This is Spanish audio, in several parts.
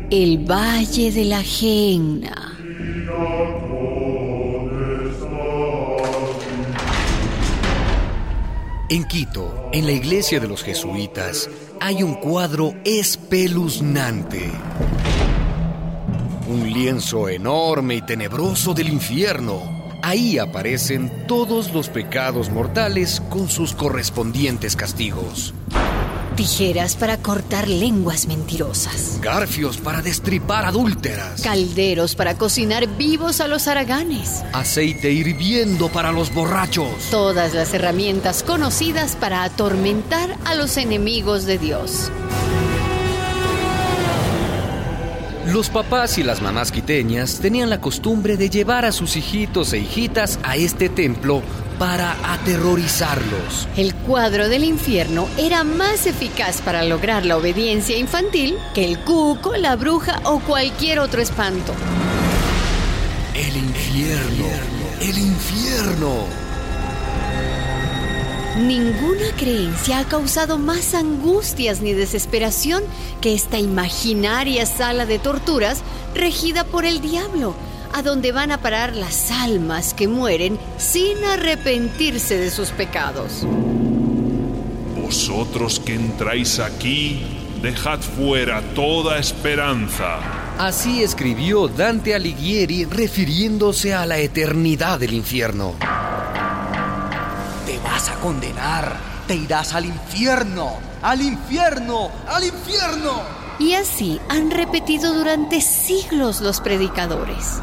El Valle de la Gehenna. En Quito, en la iglesia de los jesuitas, hay un cuadro espeluznante. Un lienzo enorme y tenebroso del infierno. Ahí aparecen todos los pecados mortales con sus correspondientes castigos. Tijeras para cortar lenguas mentirosas. Garfios para destripar adúlteras. Calderos para cocinar vivos a los haraganes. Aceite hirviendo para los borrachos. Todas las herramientas conocidas para atormentar a los enemigos de Dios. Los papás y las mamás quiteñas tenían la costumbre de llevar a sus hijitos e hijitas a este templo para aterrorizarlos. El cuadro del infierno era más eficaz para lograr la obediencia infantil que el cuco, la bruja o cualquier otro espanto. El infierno, el infierno. Ninguna creencia ha causado más angustias ni desesperación que esta imaginaria sala de torturas regida por el diablo, a donde van a parar las almas que mueren sin arrepentirse de sus pecados. Vosotros que entráis aquí, dejad fuera toda esperanza. Así escribió Dante Alighieri refiriéndose a la eternidad del infierno. Te vas a condenar, te irás al infierno, al infierno, al infierno. Y así han repetido durante siglos los predicadores.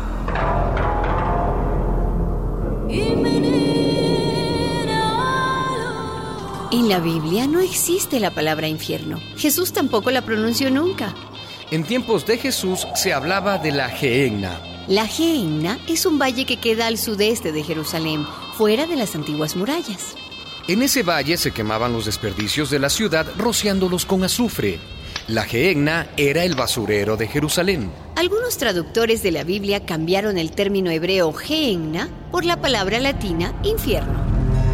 En la Biblia no existe la palabra infierno. Jesús tampoco la pronunció nunca. En tiempos de Jesús se hablaba de la Gehenna. La Gehenna es un valle que queda al sudeste de Jerusalén, fuera de las antiguas murallas. En ese valle se quemaban los desperdicios de la ciudad rociándolos con azufre. La Gehenna era el basurero de Jerusalén. Algunos traductores de la Biblia cambiaron el término hebreo Gehenna por la palabra latina infierno.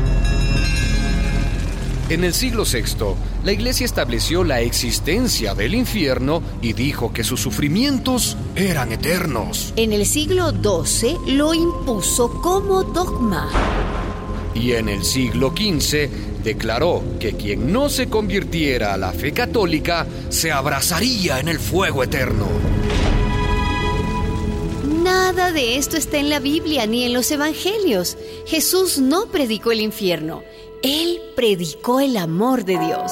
En el siglo VI, la Iglesia estableció la existencia del infierno y dijo que sus sufrimientos eran eternos. En el siglo XII lo impuso como dogma. Y en el siglo XV declaró que quien no se convirtiera a la fe católica se abrazaría en el fuego eterno. Nada de esto está en la Biblia ni en los evangelios. Jesús no predicó el infierno. Él predicó el amor de Dios.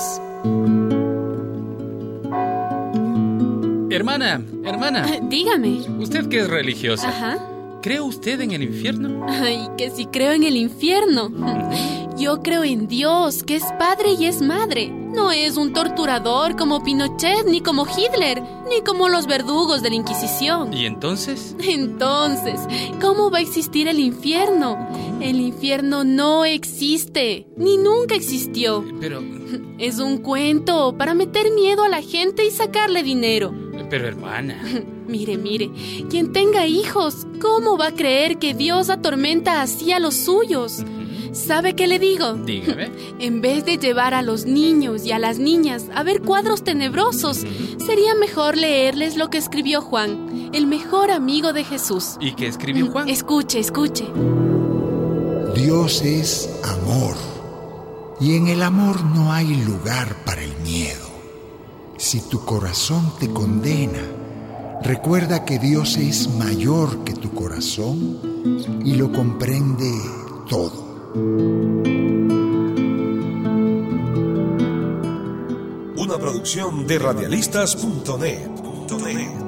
Hermana. Dígame. ¿Usted que es religiosa? Ajá. ¿Cree usted en el infierno? Ay, que si creo en el infierno. Yo creo en Dios, que es padre y es madre. No es un torturador como Pinochet, ni como Hitler, ni como los verdugos de la Inquisición. ¿Y entonces? Entonces, ¿cómo va a existir el infierno? El infierno no existe, ni nunca existió. Pero... Es un cuento para meter miedo a la gente y sacarle dinero. Pero hermana... Mire, quien tenga hijos, ¿cómo va a creer que Dios atormenta así a los suyos? ¿Sabe qué le digo? Dígame. En vez de llevar a los niños y a las niñas a ver cuadros tenebrosos, sería mejor leerles lo que escribió Juan, el mejor amigo de Jesús. ¿Y qué escribió Juan? Escuche. Dios es amor, y en el amor no hay lugar para el miedo. Si tu corazón te condena, recuerda que Dios es mayor que tu corazón y lo comprende todo. Una producción de radialistas.net.